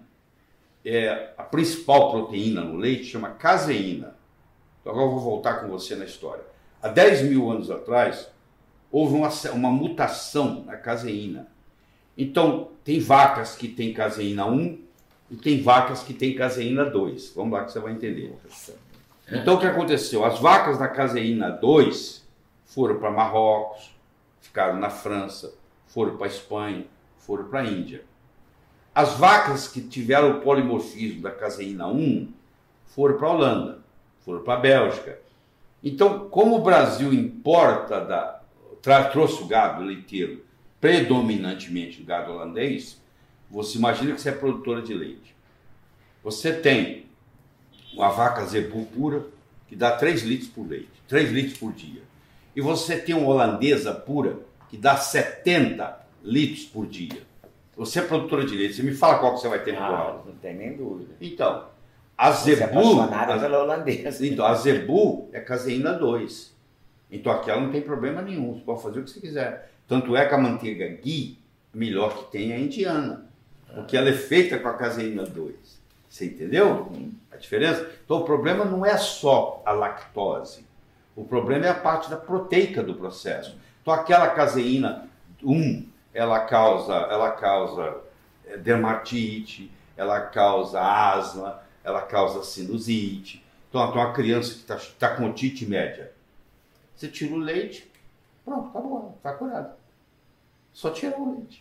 é, a principal proteína no leite, chama caseína. Então agora eu vou voltar com você na história. Há dez mil anos atrás, houve uma, uma mutação na caseína. Então, tem vacas que têm caseína um e tem vacas que têm caseína dois. Vamos lá que você vai entender. Então, o que aconteceu? As vacas da caseína dois foram para Marrocos, ficaram na França, foram para a Espanha, foram para a Índia. As vacas que tiveram o polimorfismo da caseína um foram para a Holanda, foram para a Bélgica. Então, como o Brasil importa, da, tra, trouxe o gado leiteiro predominantemente o gado holandês, você imagina que você é produtora de leite. Você tem uma vaca zebu pura, que dá três litros por leite, três litros por dia. E você tem uma holandesa pura, que dá setenta litros por dia. Você é produtora de leite, você me fala qual que você vai ter no Ah, curral. não tem nem dúvida. Então, a Você é zebu... apaixonada a- pela holandesa. então, a zebu é caseína dois. Então, aquela não tem problema nenhum. Você pode fazer o que você quiser. Tanto é que a manteiga ghee, a melhor que tem é a indiana. Porque ela é feita com a caseína dois. Você entendeu a diferença? Então, o problema não é só a lactose. O problema é a parte da proteica do processo. Então, aquela caseína um, ela causa, ela causa eh, dermatite, ela causa asma, ela causa sinusite. Então, então uma criança que está tá com otite média, você tira o leite, pronto, tá bom, está curado. Só tirar o leite.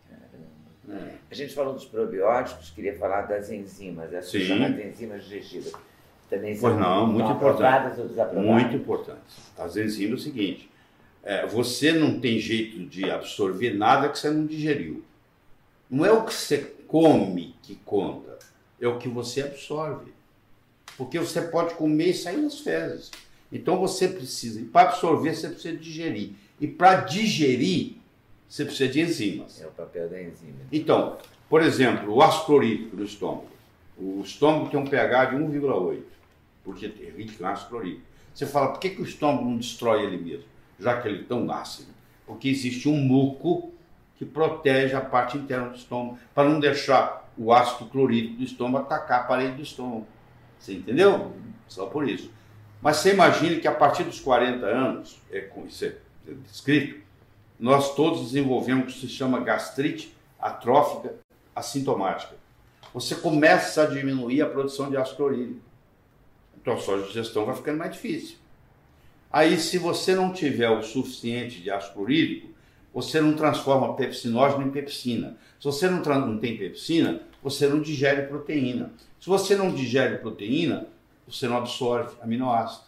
É. A gente falou dos probióticos, queria falar das enzimas, essas Sim. chamadas enzimas digestivas. Também Pois são não, muito estão importante. aprovadas ou desaprovadas? Muito importante. As enzimas é o seguinte, é, você não tem jeito de absorver nada que você não digeriu. Não é o que você come que conta, é o que você absorve. Porque você pode comer e sair nas fezes. Então você precisa, e para absorver você precisa digerir. E para digerir, você precisa de enzimas. É o papel da enzima. Então, por exemplo, o ácido clorídrico do estômago. O estômago tem um pH de um vírgula oito, porque é rico em ácido clorídrico. Você fala, por que, que o estômago não destrói ele mesmo, já que ele é tão ácido? Porque existe um muco que protege a parte interna do estômago, para não deixar o ácido clorídrico do estômago atacar a parede do estômago. Você entendeu? Só por isso. Mas você imagine que a partir dos quarenta anos, é, com isso é descrito, nós todos desenvolvemos o que se chama gastrite atrófica assintomática. Você começa a diminuir a produção de ácido clorídrico. Então a sua digestão vai ficando mais difícil. Aí, se você não tiver o suficiente de ácido clorídrico, você não transforma pepsinógeno em pepsina. Se você não, não tem pepsina, você não digere proteína. Se você não digere proteína, você não absorve aminoácido.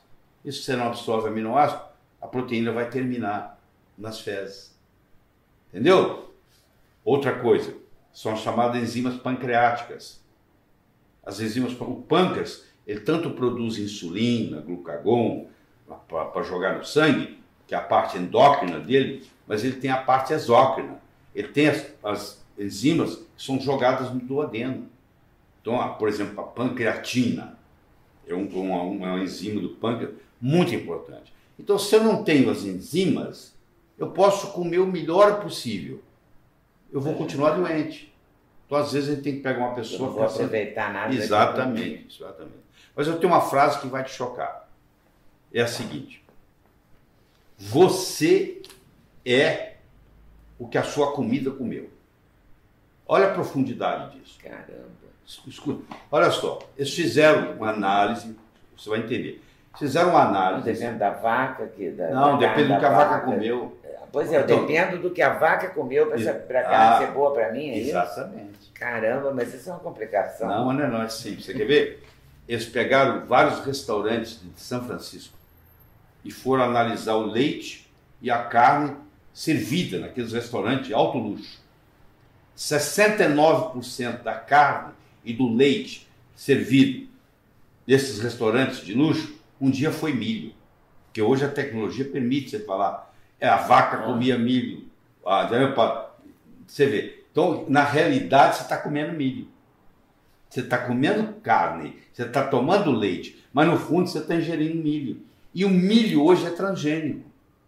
Isso que você não absorve aminoácido, a proteína vai terminar nas fezes. Entendeu? Outra coisa, são as chamadas enzimas pancreáticas. As enzimas, o pâncreas, ele tanto produz insulina, glucagon, para jogar no sangue, que é a parte endócrina dele, mas ele tem a parte exócrina. Ele tem as, as enzimas que são jogadas no duodeno. Então, por exemplo, a pancreatina é um, uma, uma enzima do pâncreas muito importante. Então, se eu não tenho as enzimas, eu posso comer o melhor possível. Eu vou continuar doente. Então, às vezes, a gente tem que pegar uma pessoa... Eu não vou aproveitar nada. Exatamente, exatamente. Mas eu tenho uma frase que vai te chocar. É a seguinte. Você é o que a sua comida comeu. Olha a profundidade disso. Caramba. Escuta. Olha só, eles fizeram uma análise, você vai entender. Fizeram uma análise... Não depende da vaca? Que, da, não, da depende do que a vaca, vaca comeu. Pois é, então, eu dependo do que a vaca comeu para a carne ah, ser boa para mim, é exatamente. Isso? Caramba, mas isso é uma complicação. Não, não é, não é simples. Você quer ver? Eles pegaram vários restaurantes de São Francisco e foram analisar o leite e a carne servida naqueles restaurantes de alto luxo. sessenta e nove por cento da carne e do leite servido nesses restaurantes de luxo, um dia foi milho. Porque hoje a tecnologia permite você falar, é, a vaca comia milho. Ah, você vê. Então, na realidade, você está comendo milho. Você está comendo carne, você está tomando leite, mas no fundo você está ingerindo milho. E o milho hoje é transgênico.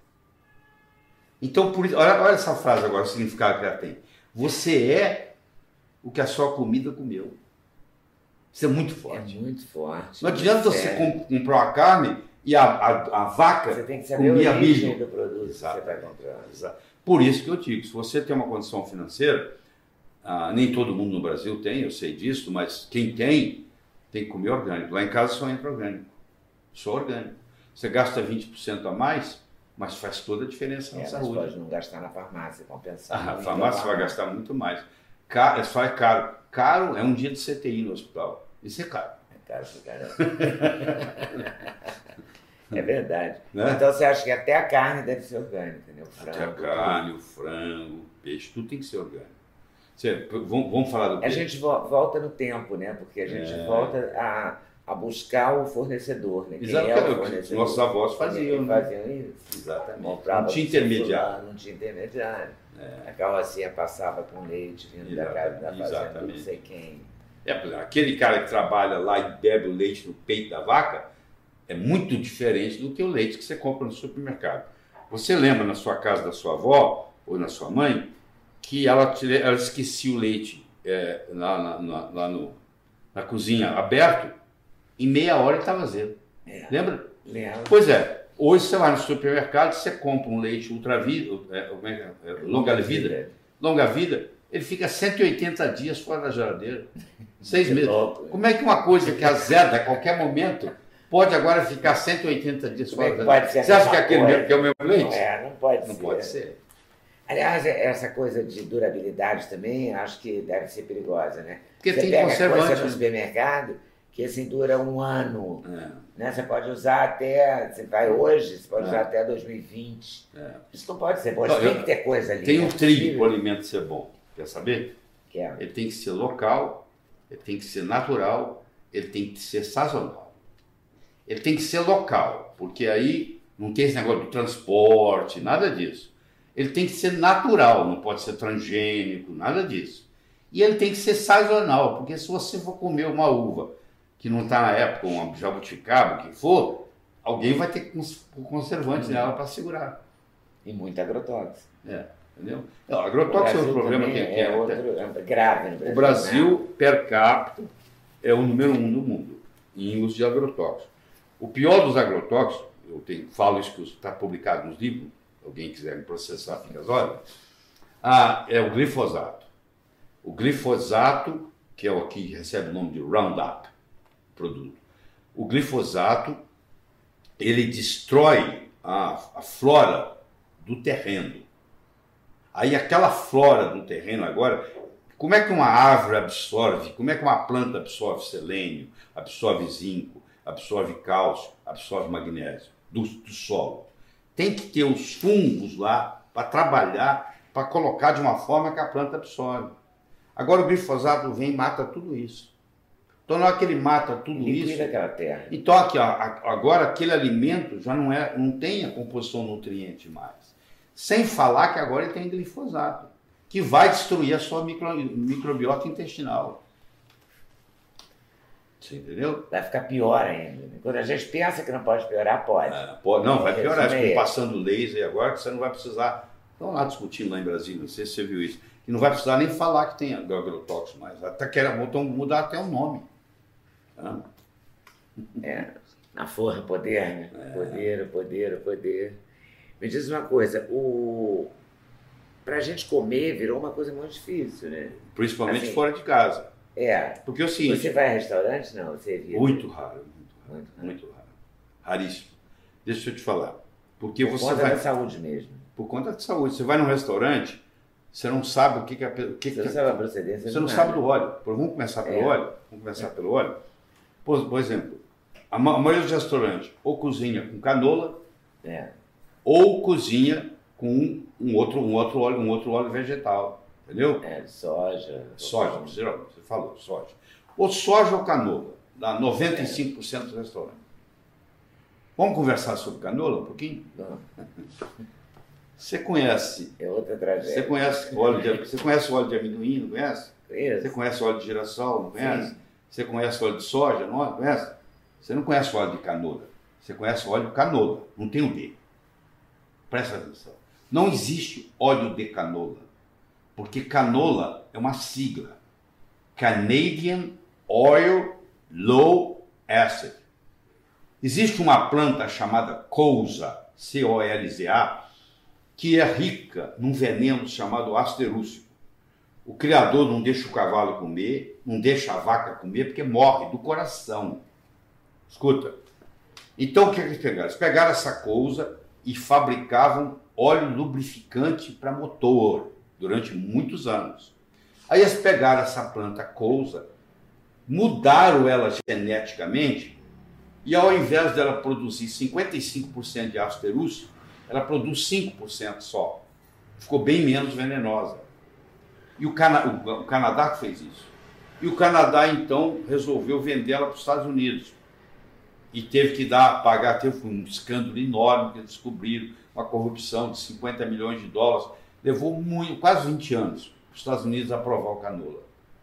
Então, por isso, olha, olha essa frase agora, o significado que ela tem. Você é o que a sua comida comeu. Isso é muito forte. É muito forte. Não adianta você comp comprar uma carne e a, a, a vaca você tem que saber comia o milho. do produto Exato. Que você vai comprar. Exato. Por isso que eu digo, se você tem uma condição financeira, ah, nem todo mundo no Brasil tem, eu sei disso, mas quem tem, tem que comer orgânico. Lá em casa só entra orgânico. Só orgânico. Você gasta vinte por cento a mais, mas faz toda a diferença é, na saúde. Pode não gastar na farmácia, compensar. Ah, a farmácia vai gastar muito mais. Caro, é só é caro. Caro é um dia de C T I no hospital. Isso é caro. É caro pra caramba. É verdade. Né? Então você acha que até a carne deve ser orgânica, né? O frango. Até a carne, tudo. O frango, o peixe, tudo tem que ser orgânico. Você, vamos, vamos falar do peixe. A gente volta no tempo, né? Porque a gente é. volta a, a buscar o fornecedor, né? Quem Exatamente. é o fornecedor? Nossos avós faziam. Né? Faziam isso. Exatamente. Comprava não tinha intermediário. Fulano, não tinha intermediário. É. A carrocinha passava com leite vindo Exatamente. da casa da fazenda, Exatamente. não sei quem. É, aquele cara que trabalha lá e bebe o leite no peito da vaca é muito diferente do que o leite que você compra no supermercado. Você lembra na sua casa da sua avó ou na sua mãe que ela, ela esquecia o leite é, lá, na, lá no, na cozinha aberto, em meia hora ele estava azedo. É. Lembra? Lembra. Pois é, hoje você vai no supermercado, você compra um leite ultra vida, é, é, longa vida, longa vida, ele fica cento e oitenta dias fora da geladeira. Seis meses. Como é que uma coisa que azeda a qualquer momento pode agora ficar cento e oitenta dias Como fora é da geladeira? Você acha que, aquele mesmo, que é o mesmo leite? Não é, não pode não ser. Não pode ser. Aliás, essa coisa de durabilidade também, acho que deve ser perigosa, né? Porque você tem pega conservante coisa no supermercado que assim dura um ano. É. Né? Você pode usar até, você vai hoje, você pode é. usar até dois mil e vinte. É. Isso não pode ser bom, não, tem eu, que ter coisa ali. Tem um trilho para o alimento ser bom. Quer saber? Quero. Ele tem que ser local, ele tem que ser natural, ele tem que ser sazonal. Ele tem que ser local, porque aí não tem esse negócio do transporte, nada disso. Ele tem que ser natural, não pode ser transgênico, nada disso. E ele tem que ser sazonal, porque se você for comer uma uva que não está na época, uma jabuticaba, o que for, alguém vai ter que pôr conservantes nela para segurar. E muito agrotóxico. É. Entendeu? Não, agrotóxico é um problema que é, é outro, é grave no Brasil. O Brasil, né? Per capita, é o número um do mundo em uso de agrotóxicos. O pior dos agrotóxicos, eu tenho, falo isso que está publicado nos livros, alguém quiser me processar, fica as horas, ah, é o glifosato. O glifosato, que é o que recebe o nome de Roundup, produto. O glifosato, ele destrói a, a flora do terreno. Aí aquela flora do terreno agora, como é que uma árvore absorve, como é que uma planta absorve selênio, absorve zinco, absorve cálcio, absorve magnésio do, do solo. Tem que ter os fungos lá para trabalhar, para colocar de uma forma que a planta absorve. Agora o glifosato vem e mata tudo isso. Então na hora que ele mata tudo Liquida isso... aquela terra. Então aqui, ó, agora aquele alimento já não, é, não tem a composição nutriente mais. Sem falar que agora ele tem glifosato, que vai destruir a sua micro, microbiota intestinal. Você entendeu? Vai ficar pior ainda. Quando a gente pensa que não pode piorar, pode. É, pode não, vai piorar. Resume Tipo, passando laser agora que você não vai precisar... Estão lá discutindo lá em Brasília, não sei se você viu isso. Que não vai precisar nem falar que tem agrotóxico mais. Até querem mudar até o nome. Tá? É, na forra, poder, né? É. Poder, poder, poder. Me diz uma coisa, o... pra gente comer virou uma coisa muito difícil, né? Principalmente Assim, fora de casa. É. Porque é o seguinte... Você vai a restaurante? Não, você evita. Muito raro, muito raro, Muito raro. muito raro. Raríssimo. Deixa eu te falar. Porque Por você conta vai... da saúde mesmo. Por conta da saúde. Você vai num restaurante, você não sabe o que, que, a, o que, Você que não sabe a procedência Você não de sabe nada. do óleo. Vamos começar pelo É. óleo? Vamos começar pelo óleo? Por, por exemplo, a, ma a maioria dos restaurantes ou cozinha com canola É. ou cozinha com um, um, outro, um, outro óleo, um outro óleo vegetal. Entendeu? É, de soja. Soja, você, você falou, soja. Ou soja ou canola, dá noventa e cinco por cento dos restaurantes. Vamos conversar sobre canola um pouquinho? Não, Você conhece, é outra tragédia. você conhece óleo de, você conhece óleo de amendoim, não conhece? Você Isso. conhece óleo de girassol, não conhece? Sim. Você conhece óleo de soja, não conhece? Você não conhece óleo de canola. Você conhece óleo canola, não tem o D. Presta atenção. Não existe óleo de canola, porque canola é uma sigla. Canadian Oil Low Acid. Existe uma planta chamada couza, C O L Z A, que é rica num veneno chamado asterúcico. O criador não deixa o cavalo comer, não deixa a vaca comer, porque morre do coração. Escuta. Então, o que eles pegaram? Eles pegaram essa couza e fabricavam óleo lubrificante para motor durante muitos anos. Aí eles pegaram essa planta couza, mudaram ela geneticamente e ao invés dela produzir cinquenta e cinco por cento de ácido asterúcico, ela produz cinco por cento só. Ficou bem menos venenosa. E o, Cana o, o Canadá que fez isso. E o Canadá, então, resolveu vender ela para os Estados Unidos. E teve que dar, pagar, teve um escândalo enorme que eles descobriram, uma corrupção de cinquenta milhões de dólares. Levou muito, quase vinte anos para os Estados Unidos aprovar o canola.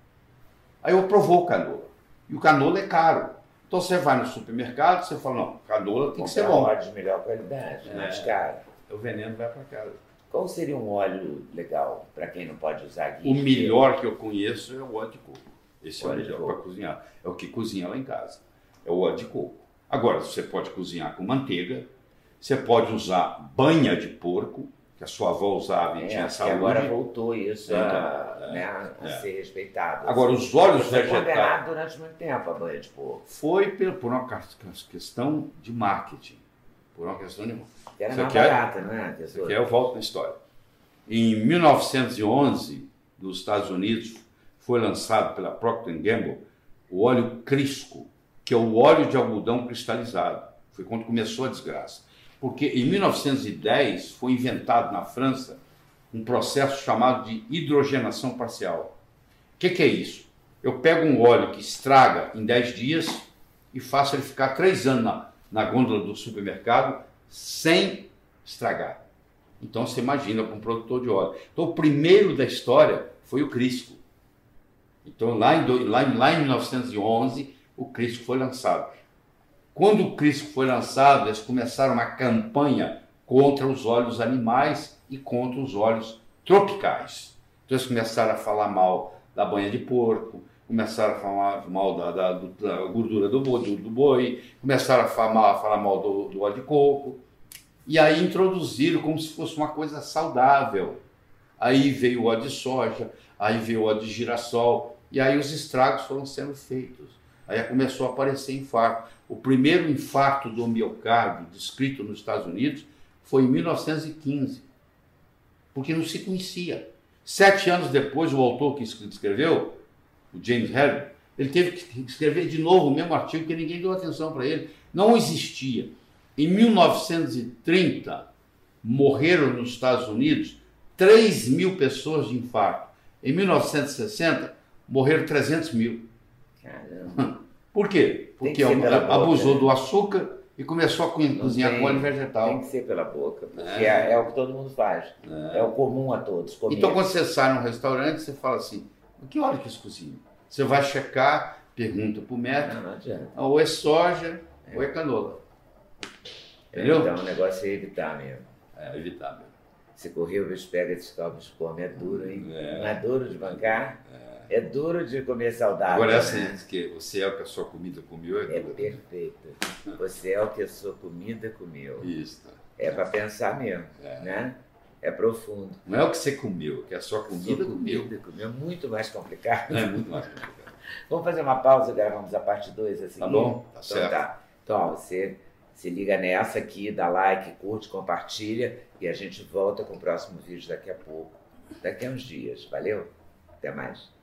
Aí aprovou o canola. E o canola é caro. Então você vai no supermercado, você fala, não, canola tem que ser bom. óleo de melhor qualidade, É. mais caro. O veneno vai para casa. Qual seria um óleo legal para quem não pode usar guia? O melhor que eu conheço é o óleo de coco. Esse é o Óleo de melhor coco. para cozinhar. É o que cozinha lá em casa. É o óleo de coco. Agora, você pode cozinhar com manteiga, você pode usar banha de porco, que a sua avó usava e É, tinha que saúde. agora voltou isso a, Então, é, né, a é. ser respeitado. Agora, os óleos Foi vegetais... condenado durante muito tempo a banha de porco. Foi por por uma ca- questão de marketing. Por uma questão de... Que era Você mais quer? barata, não é? Isso aqui eu volto na história. Em mil novecentos e onze, nos Estados Unidos, foi lançado pela Procter and Gamble o óleo Crisco, que é o óleo de algodão cristalizado. Foi quando começou a desgraça. Porque em mil novecentos e dez foi inventado na França um processo chamado de hidrogenação parcial. O que, que é isso? Eu pego um óleo que estraga em dez dias e faço ele ficar três anos na, na gôndola do supermercado sem estragar. Então você imagina para um produtor de óleo. Então o primeiro da história foi o Crisco. Então lá em, do, lá, em, lá em mil novecentos e onze o Crisco foi lançado. Quando o Crisco foi lançado, eles começaram uma campanha contra os óleos animais e contra os óleos tropicais. Então eles começaram a falar mal da banha de porco, começaram a falar mal da, da, da gordura do boi, do, do boi, começaram a falar, a falar mal do, do óleo de coco, e aí introduziram como se fosse uma coisa saudável. Aí veio o óleo de soja, aí veio o óleo de girassol, e aí os estragos foram sendo feitos. Aí começou a aparecer infarto. O primeiro infarto do miocárdio descrito nos Estados Unidos foi em mil novecentos e quinze, porque não se conhecia. Sete anos depois, o autor que escreveu, o James Herb, Ele teve que escrever de novo o mesmo artigo que ninguém deu atenção para ele. Não existia. Em mil novecentos e trinta, morreram nos Estados Unidos três mil pessoas de infarto. Em mil novecentos e sessenta, morreram trezentos mil. Caramba. Por quê? Porque abusou do açúcar e começou a cozinhar com óleo vegetal. Tem que ser pela boca, porque é, é, é o que todo mundo faz. É, é o comum a todos. Comer. Então, quando você sai num restaurante, você fala assim, que óleo que eles cozinham? Você vai checar, pergunta pro médico, não, não adianta. Ou é soja, é. ou é canola. Entendeu? Então, o negócio é evitar mesmo. É, evitar mesmo. Você correu, o bicho pega, esse caldo come, é duro, hein? É. Não é duro de bancar? É. é duro de comer saudável. Agora, essa né? diz que você é o que a sua comida comeu, é, é duro. perfeito. Você é o que a sua comida comeu. Isso. É para pensar mesmo, é. né? É profundo. Não é o que você comeu, que a sua comida, sua comeu. comida comeu. É muito mais complicado. É muito mais complicado. Vamos fazer uma pausa e gravamos a parte dois assim. Tá bom? Tá então, certo. Tá. Então, você se liga nessa aqui, dá like, curte, compartilha e a gente volta com o próximo vídeo daqui a pouco. Daqui a uns dias. Valeu? Até mais.